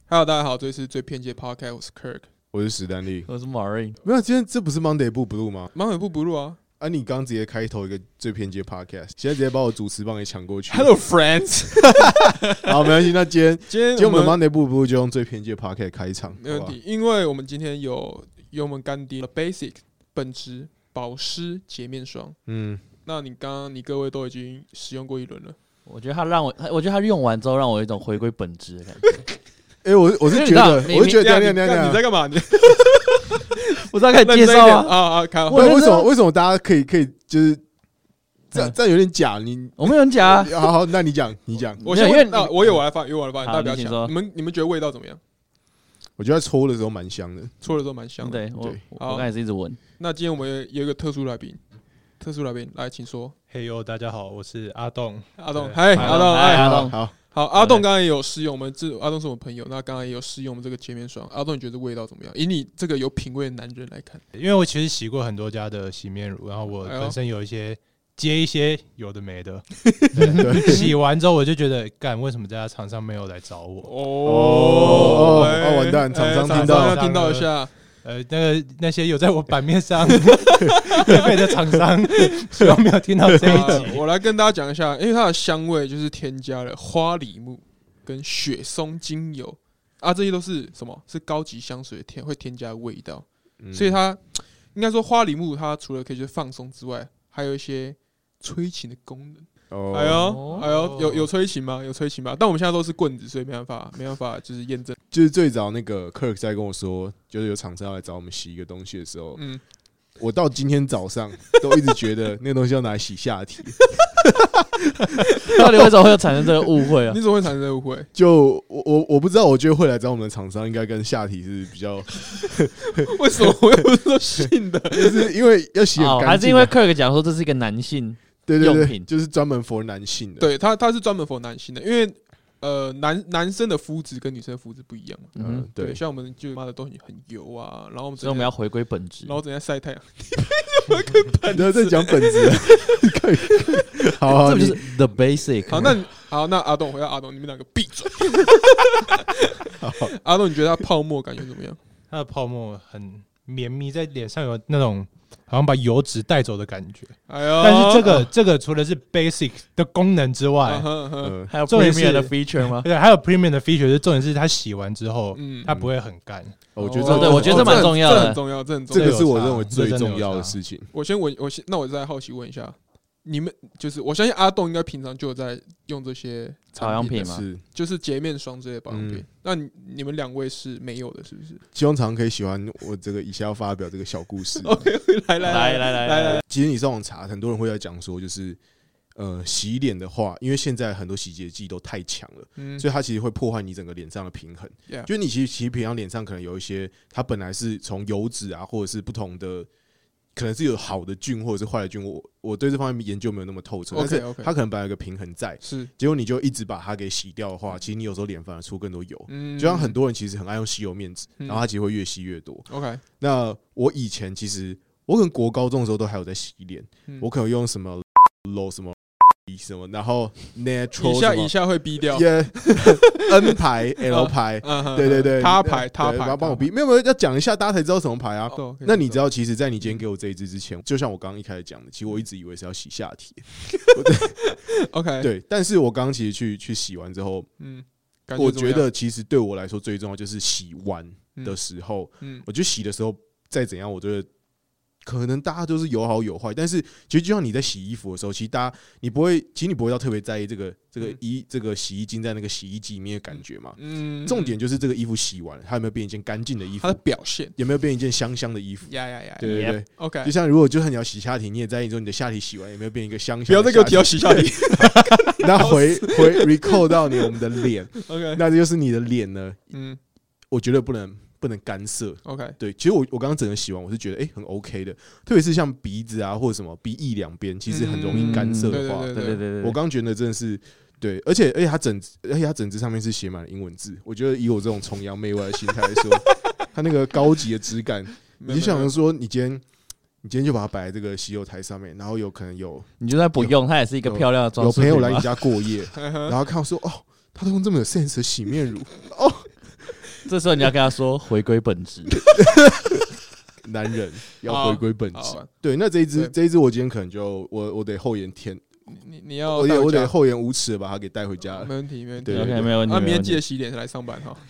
Hello， 大家好，这里是最偏激的 Podcast， 我是 Kirk， 我是史丹利， 我是 Marin。 没有，今天这不是 Monday 不 Blue 吗 ？Monday 不 Blue 啊！ 啊，你刚直接开头一个最偏激的 Podcast， 现在直接把我主持棒给抢过去。 Hello friends， 好，没关系，那今天我们 Monday 不 Blue 就用最偏激的 Podcast 开场， 没问题，因为我们今天有我们干爹的 Basic 本质保湿洁面霜。那你各位都已经使用过一轮了。 我觉得他用完之后让我有一种回归本质的感觉。 我是觉得， 你在干嘛？你我大概介绍啊， 为什么大家可以就是这样有点假？ 我没有很假。 好，那你讲。 我先问，我有我来发言，大家不要抢。你们觉得味道怎么样？ 我觉得搓的时候蛮香的， 对，我刚才是一直闻。 那今天我们有一个特殊来宾来，请说。 嘿呦，大家好，我是阿栋。 嗨，阿栋，好，阿栋刚才也有试用，阿栋是我们朋友，那刚才也有试用我们这个洁面霜。阿栋，你觉得味道怎么样？以你这个有品味的男人来看， 因为我其实洗过很多家的洗面乳，然后我本身有接一些有的没的，对，洗完之后我就觉得，为什么这家厂商没有来找我？ 完蛋，厂商听到一下。 那些有在我版面上免费的厂商，希望没有听到这一集。 我来跟大家讲一下，因为它的香味就是添加了花梨木跟雪松精油啊，这些都是什么？是高级香水会添加的味道，所以它应该说花梨木它除了可以就是放松之外，还有一些催情的功能。哎呦，有催情吗？但我们现在都是棍子，所以没办法，就是验证。 就是最早那个 Kirk 在跟我说，就是有厂商要来找我们洗一个东西的时候，我到今天早上都一直觉得那个东西要拿来洗下体。 到底为什么会产生这个误会啊？ 你怎么会产生这个误会？ 就我不知道，我觉得会来找我们的厂商应该跟下体是比较。 为什么我又不是说性的？ 就是因为要洗很干净， 还是因为 Kirk 讲说这是一个男性用品， 就是专门 for 男性的。 对，它是专门 for 男性的，因为男生的肤质跟女生的肤质不一样嘛。对，像我们就妈的都很油啊，然后所以我们要回归本质， 然后整天晒太阳。 你要再讲本质，好， 这就是 the basic。 好，那阿栋回到阿栋，你们两个闭嘴。阿栋，你觉得它泡沫感觉怎么样？ 它的泡沫很绵密，在脸上有那种好像把油脂带走的感觉。但是这个除了是 basic 的功能之外， 还有 premium 的 feature 吗？ 对，还有 premium 的 feature， 就重点是它洗完之后，它不会很干。 我觉得这蛮重要的， 这很重要， 这个是我认为最重要的事情。 那我再好奇问一下，你们就是我相信阿栋应该平常就有在用这些保养品嘛， 就是洁面霜这些保养品。那你们两位是没有的，是不是？ 希望常可以喜欢我这个以下要发表这个小故事。 OK， 来。 其实你上网查，很多人会在讲说，就是洗脸的话，因为现在很多洗洁剂都太强了，所以它其实会破坏你整个脸上的平衡。就是你其实平常脸上可能有一些，它本来是从油脂啊，或者是不同的。可能是有好的菌或者是坏的菌，我对这方面研究没有那么透彻，但是它可能本来有个平衡在，结果你就一直把它给洗掉的话，其实你有时候脸反而出更多油。就像很多人其实很爱用吸油面纸，然后它其实会越吸越多。那我以前其实我可能国高中的时候都还有在洗脸，我可能用什么 low 什么。然后 natural 以下会逼掉 N 牌 L 牌，对， 他牌， 然后帮我逼，没有要讲一下，大家才知道什么牌啊。那你知道，其实，在你今天给我这一支之前，就像我刚刚一开始讲的，其实我一直以为是要洗下体。 OK， 对，但是我刚刚其实去洗完之后，我觉得其实对我来说最重要就是洗完的时候，我觉得洗的时候再怎样，我觉得。可能大家都是有好有坏，但是其实就像你在洗衣服的时候，其实你不会到特别在意这个洗衣精在那个洗衣机里面的感觉嘛。重点就是这个衣服洗完了，它有没有变一件干净的衣服？ 它的表现有没有变一件香香的衣服？对 ，OK。 就像如果你要洗下体，你也在意说你的下体洗完有没有变一个香香的。 不要再给我提到洗下体。 那回 recall 到我们的脸 ，OK。 那这就是你的脸呢。我觉得不能干涉 ，OK， 对，其实我刚刚整个洗完，我是觉得很 OK 的，特别是像鼻子啊或者什么鼻翼两边，其实很容易干涉的话， 对， 我刚刚觉得真的是对，而且它整支上面是写满了英文字，我觉得以我这种崇洋媚外的心态来说，它那个高级的质感，你就想说你今天就把它摆在这个洗手台上面，然后有可能你就算不用，它也是一个漂亮的装饰品。 有朋友来你家过夜，然后看到说他都用这么有 sense 的洗面乳这时候你要跟他说回归本质。 男人要回归本质。对，那这一只我今天可能就我得厚颜舔。 你要我得厚颜无耻的把它给带回家了。 没问题，没问题。 OK， 没有问题。 明天记得洗脸来上班哈。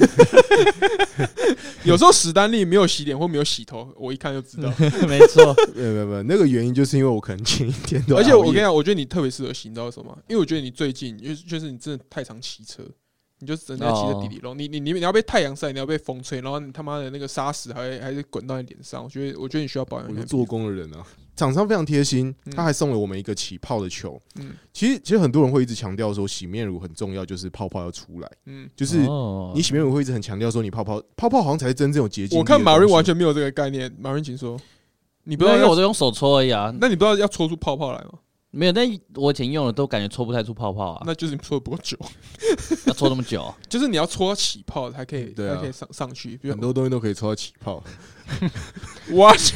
有时候史丹利没有洗脸或没有洗头，我一看就知道。 没错， 没有，那个原因就是因为我可能前一天都。 而且我跟你讲，我觉得你特别适合洗，你知道为什么吗？因为我觉得你最近就是你真的太常骑车。你就整天骑着滴滴龙，你要被太阳晒，你要被风吹，然后你他妈的那个沙石还是滚到你脸上。我觉得你需要保养一下。 我是做工的人啊，厂商非常贴心，他还送了我们一个起泡的球。其实很多人会一直强调说洗面乳很重要，就是泡泡要出来。就是你洗面乳会一直很强调说你泡泡好像才是真正有洁净力。 我看马云完全没有这个概念。马云请说，你不知道？ 因为我都用手搓而已啊。 那你不知道要搓出泡泡来吗？ 没有，但我以前用的都感觉搓不太出泡泡啊。 那就是你搓的不够久， 要搓那么久， 就是你要搓到起泡才可以，才可以上去。 很多东西都可以搓到起泡。 我什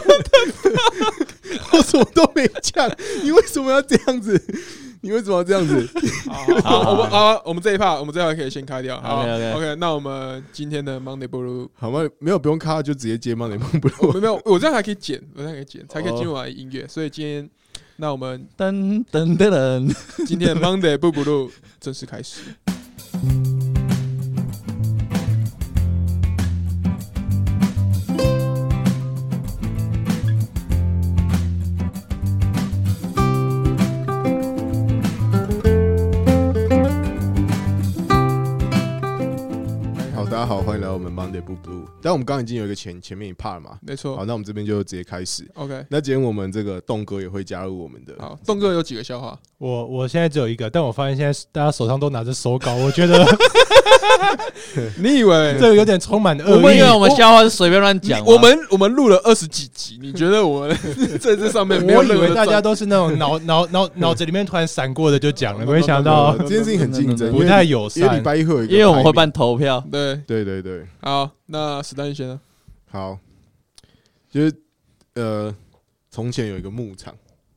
么都没讲，你为什么要这样子？你为什么要这样子？ 好，我们这一趴可以先开掉。OK， 那我们今天的 Monday Blue 好吗？没有不用卡，就直接接 Monday Blue。 没有，我这样还可以剪，才可以进入我的音乐。所以今天。那我们噔噔噔噔， 今天的 Monday Blue 正式开始。 好，大家好，欢迎来到我们 Monday Blue。但我们刚刚已经有一个前面一 part 了嘛， 没错。 好，那我们这边就直接开始。 OK， 那今天我们这个栋哥也会加入我们的。 好，栋哥有几个笑话？ 我现在只有一个，但我发现现在大家手上都拿着手稿，我觉得你以为这个有点充满恶意？ 我们以为我们笑话是随便乱讲。 我们录了20几集，你觉得我们在这上面没有？ 我以为大家都是那种脑子里面突然闪过的就讲了，没想到这件事情很竞争， 不太友善。 因为礼拜一会有一个， 因为我们会办投票。 对。 好， 那史丹利先呢？ 好，就是从前有一个牧场，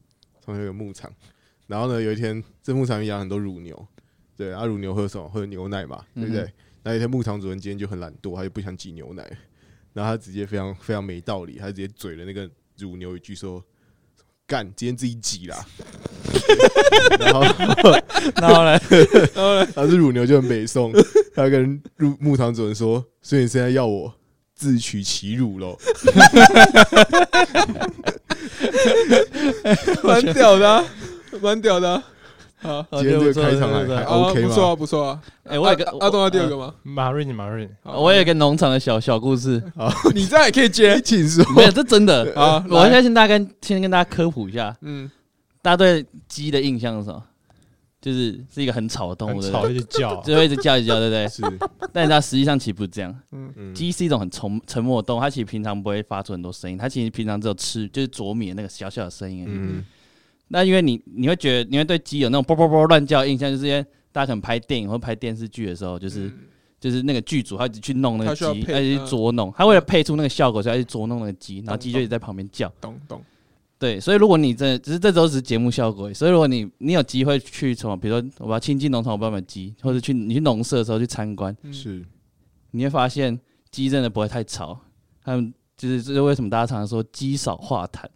然后呢，有一天这牧场养很多乳牛，对，乳牛喝什么？喝牛奶嘛，对不对？那有一天牧场主人今天就很懒惰，他就不想挤牛奶，然后他直接非常非常没道理，他直接嘴了那个乳牛一句说：“干，今天自己挤啦。”然后呢？然后这乳牛就很北宋，他跟牧场主人说：“所以你现在要我自取其辱喽？” 蛮屌的。好， 今天这个开场还 OK 吗？ 不错啊。 我有个阿东要第二个吗？ 马瑞， 我有一个农场的小故事。 你这样也可以接， 请说。 没有，这真的啊！ 我现在先跟大家科普一下。大家对鸡的印象是什么？是一个很吵的动物， 吵一直叫， 就会一直叫，对不对？ 是。 但它实际上其实不是这样。鸡是一种很沉默的动物，它其实平常不会发出很多声音，它其实平常只有吃，就是啄米的那个小小的声音而已。那因为你会觉得，你会对鸡有那种啵啵啵乱叫的印象，就是因为大家可能拍电影或拍电视剧的时候，就是那个剧组他一直去弄那个鸡，他去捉弄，他为了配出那个效果，所以他去捉弄那个鸡，然后鸡就一直在旁边叫。 懂。 对，所以如果你真的只是这都是节目效果，所以如果你有机会去什么，比如说我要亲近农场，我不知道有没有鸡，或者你去农舍的时候去参观，你会发现鸡真的不会太吵，他们这是为什么大家常常说鸡少话谈。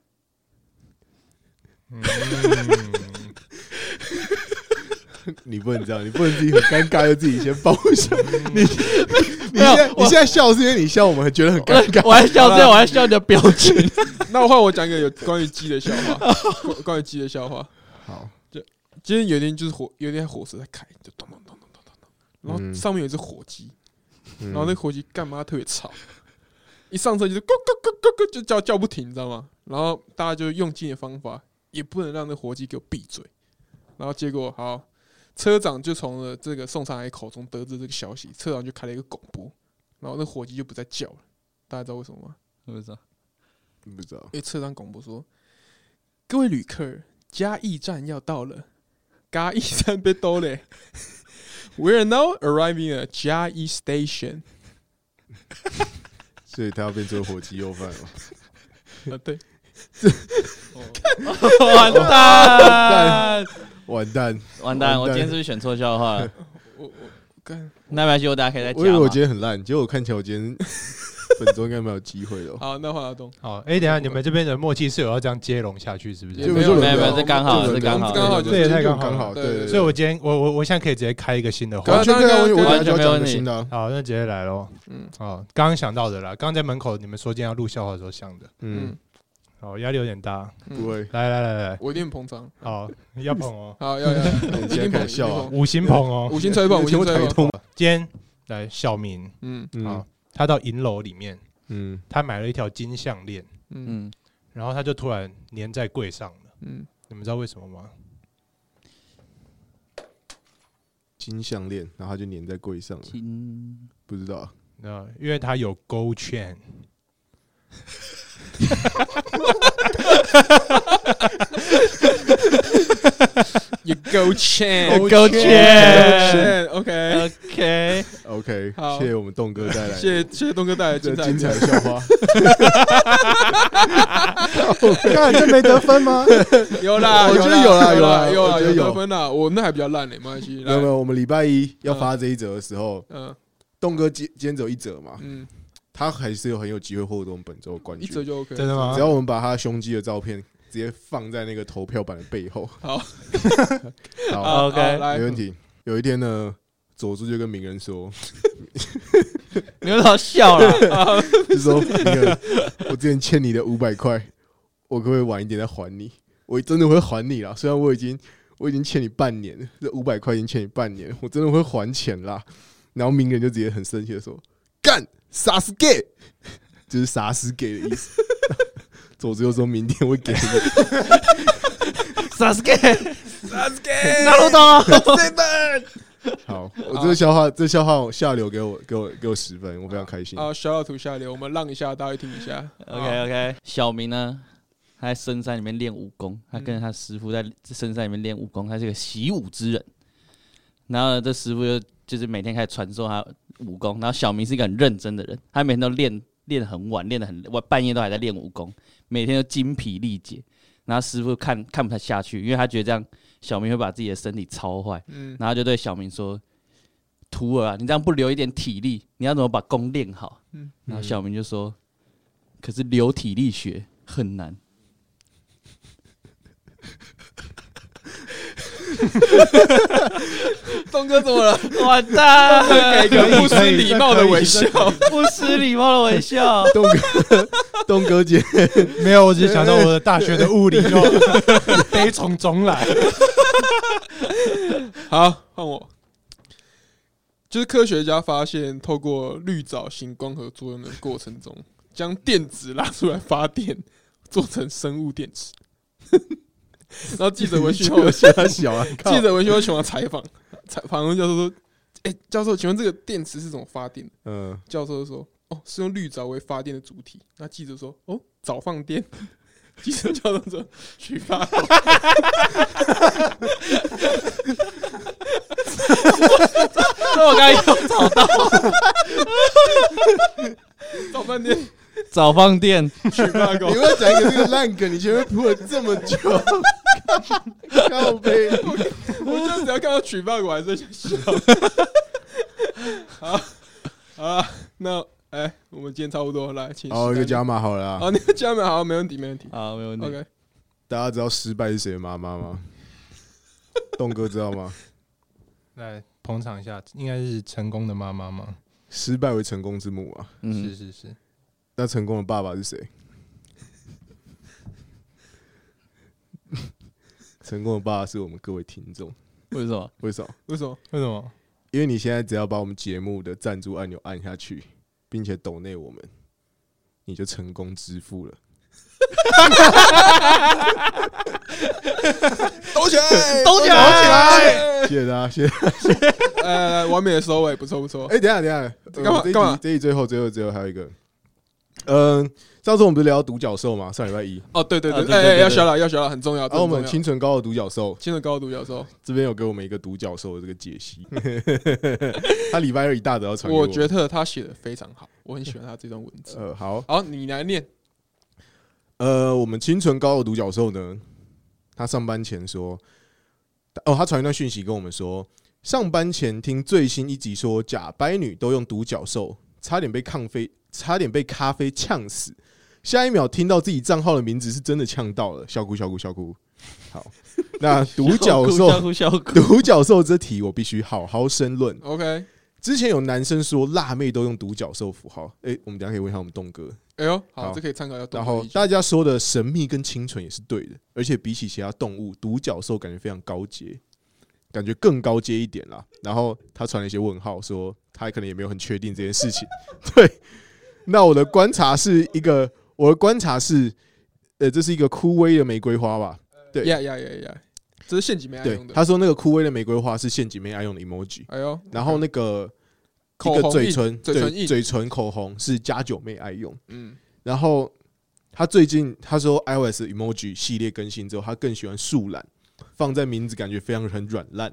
你不能这样，你不能自己很尴尬就自己先爆笑。你现在笑是因为你笑我们觉得很尴尬。 我还笑你的表情。 那我换我讲一个有关于鸡的笑话。好，就今天有一天就是有一天火车在开，就咚咚咚咚咚咚，然后上面有一只火鸡，然后那火鸡干嘛特别吵，一上车就是咕咕咕咕咕，就叫不停，你知道吗？然后大家就用尽的方法，也不能让那火鸡给我闭嘴。然后结果好。车长就从了这个宋长海口中得知这个消息，车长就开了一个广播，然后那火鸡就不再叫了。大家知道为什么吗？ 不知道。 因为车长广播说：“各位旅客，嘉义站要到了，嘉义站被兜了。We are now arriving at 嘉义 station。” 所以他要变成火鸡肉饭了。 对。 完蛋！我今天是不是选错笑话了？ 那没关系，我等下可以再讲。 我以为我今天很烂，结果我看起来我今天本周应该没有机会了。 好，那换阿东。 好，等一下你们这边的默契是有要这样接龙下去，是不是？ 没有，这刚好， 这也太刚好。对， 所以我今天我现在可以直接开一个新的话， 完全没有问题。 好，那直接来咯。好，刚刚想到的啦，刚刚在门口你们说今天要录笑话的时候想的。好，压力有点大， 不会。 来， 我一定捧场。 好，要捧哦。 好，要， 今天可笑啊， 五星捧哦， 五星吹捧，五星吹捧。 今天来小明，好，他到银楼里面，他买了一条金项链，然后他就突然粘在柜上了，你们知道为什么吗？ 金项链，然后他就粘在柜上了，不知道， 因为他有 gold chain。 You go chain， OK， 好，谢谢我们栋哥带来， 谢谢栋哥带来精彩的笑话。 看这没得分吗？ 有啦， 我觉得有得分啦。我那还比较烂嘞，没关系。 没有，我们礼拜一要发这一则的时候，栋哥今天只有一则嘛，他还是很有机会获得我们本周的冠军， 一则就 OK， 真的吗？ 只要我们把他胸肌的照片直接放在那个投票板的背后。 好 ，OK， 没问题。有一天呢，佐助就跟鸣人说：“ 你为什么笑了？ 就说鸣人，我之前欠你的500块，我可不可以晚一点再还你？我真的会还你啦。虽然我已经欠你半年了，这500块已经欠你半年，我真的会还钱啦。”然后鸣人就直接很生气的说：“干！” 傻死 gay， 就是傻死 gay 的意思。佐助又说明天会给你。 傻死 gay， 哪路到好，我这笑话下流给我10分，我非常开心。 好，小图下流，我们让一下，大家听一下。 OK， 小明呢，他在深山里面练武功，他跟他师傅在深山里面练武功，他是个习武之人。然后这师傅就是每天开始传授他武功，然后小明是一个很认真的人，他每天都练很晚，练得很晚，半夜都还在练武功，每天都精疲力竭。然后师傅看不太下去，因为他觉得这样小明会把自己的身体操坏，然后就对小明说：“徒儿啊，你这样不留一点体力，你要怎么把功练好？”然后小明就说：“可是流体力学很难。” 东哥怎么了？ 完蛋！ 给个不失礼貌的微笑， 不失礼貌的微笑。 东哥姐没有，我只想到我的大学的物理就悲从中来。 好，换我。就是科学家发现，透过绿藻型光合作用的过程中，将电子拉出来发电，做成生物电池。然后记者文讯有记者文讯有请他采访问教授说：“教授，请问这个电池是怎么发电的？”教授就说：“哦，是用绿藻为发电的主体。”那记者说：“哦，早放电。”记者教授说：“取发狗。” 那我刚才有找到早放电。 取发狗。 你要讲一个这个烂梗，你前面铺了这么久，靠北， 我就只要看到取发狗还是想笑。好，那我们今天差不多，来，请。 好，一个加码好了。 好，那个加码好，没问题。 好，没问题。 OK， 大家知道失败是谁的妈妈吗？栋哥知道吗？ 来捧场一下，应该是成功的妈妈吗？ 失败为成功之母啊。 是。 那成功的爸爸是谁？成功的爸爸是我们各位听众。 为什么？ 因为你现在只要把我们节目的赞助按钮按下去，并且抖内我们，你就成功支付了。 抖起来！ 谢谢大家， 完美的收尾，不错。 等一下，干嘛？这一最后还有一个，上次我们不是聊独角兽吗？上礼拜一。 哦，对，要小了，很重要。 然后我们清纯高的独角兽，这边有给我们一个独角兽的这个解析。他礼拜二一大早要传给我觉得他写的非常好，我很喜欢他这段文字。 好， 你来念。 我们清纯高的独角兽呢，他上班前说，他传一段讯息跟我们说， 上班前听最新一集说假掰女都用独角兽，差点被咖啡呛死。下一秒听到自己账号的名字是真的呛到了，笑哭。好，那独角兽这题我必须好好申论。 OK， 之前有男生说辣妹都用独角兽符号，我们等一下可以问一下我们栋哥。 哎呦，好，这可以参考一下。 然后大家说的神秘跟清纯也是对的，而且比起其他动物，独角兽感觉非常高阶。感觉更高阶一点啦，然后他传了一些问号，说他可能也没有很确定这件事情。对，那我的观察是，这是一个枯萎的玫瑰花吧？对， 这是陷阱妹爱用的。 对，他说那个枯萎的玫瑰花是陷阱妹爱用的 emoji。 哎呦， 然后那个一个嘴唇口红是加酒妹爱用。然后他最近他说 iOS emoji 系列更新之后，他更喜欢树懒。放在名字感觉非常很软烂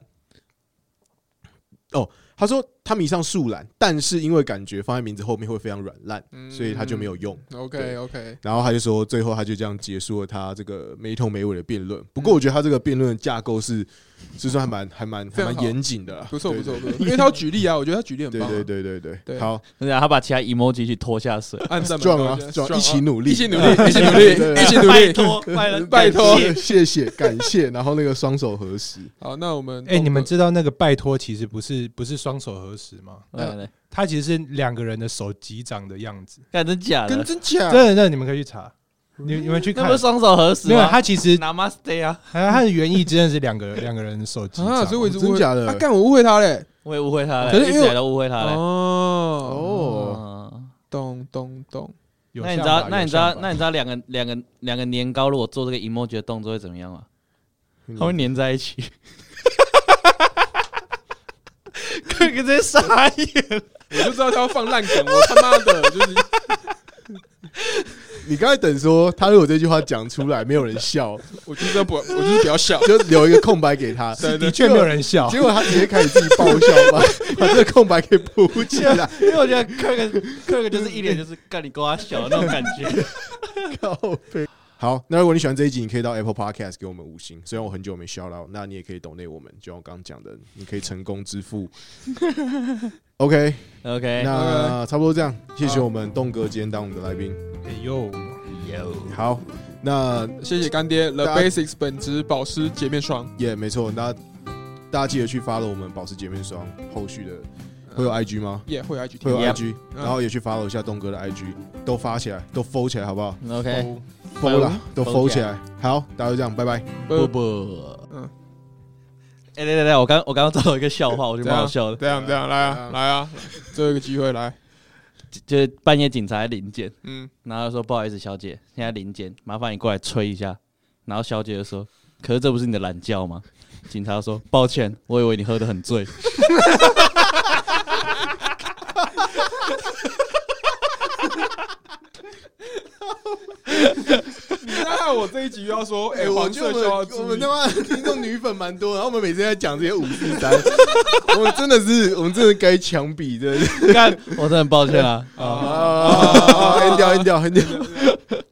哦。他说他迷上树懒，但是因为感觉放在名字后面会非常软烂，所以他就没有用。 OK， 然后他就说，最后他就这样结束了他这个没头没尾的辩论。不过我觉得他这个辩论的架构是算还蛮严谨的啦， 不错，因为他要举例啊，我觉得他举例很棒。 对，好， 他把其他 emoji 去拖下水， 按赞壮啊，一起努力， 拜托， 谢谢，感谢，然后那个双手合十。 好，那我们你们知道那个拜托其实不是双手合十吗？它其实是两个人的手击掌的样子。 真假的？ 真假？ 真的，你们可以去查。你们去看， 那不是双手合十吗？ 没有，它其实 Namaste 啊， 它的原意真的是两个人手击掌。 所以我一直真假的？ 干我误会他嘞， 我也误会他嘞， 可是一直以来都误会他嘞。 懂。 那你知道两个年糕如果做这个 emoji 的动作会怎么样吗？它会粘在一起。哥哥直接傻眼， 我就知道他要放烂梗，我他妈的就是。 你刚才等说他如果这句话讲出来没有人笑， 我就是不要笑， 就留一个空白给他。 的确没有人笑， 结果他直接开始自己爆笑，把这个空白给补起来。 因为我觉得克哥就是一脸就是干你跟他笑的那种感觉。 靠北。好，那如果你喜欢这一集，你可以到 Apple Podcast 给我们5星。虽然我很久没shout out，那你也可以donate我们，就像我刚刚讲的，你可以成功支付。OK， 那差不多这样，谢谢我们栋哥今天当我们的来宾。好，那谢谢干爹 The Basics 本质保湿洁面霜。 没错，那大家记得去 follow 我们保湿洁面霜，后续的会有 IG 吗？ 会有 IG， 然后也去 follow 一下栋哥的 IG， 都发起来，都 follow 起来，好不好 ？OK， follow 了，都 follow 起来。好，大家就这样，拜拜。 来，我刚刚找到一个笑话，我觉得蛮好笑的。 这样，来啊，最后一个机会来。 就是半夜警察在临检，然后说不好意思，小姐，现在临检，麻烦你过来吹一下。然后小姐就说：“可是这不是你的懒觉吗？”警察说：“抱歉，我以为你喝得很醉。” 你看我这一集要说，黄色笑话， 我们他妈听众女粉蛮多，然后我们每次在讲这些543，我们真的该枪毙，真的。 看，我真的很抱歉啊。 end 掉。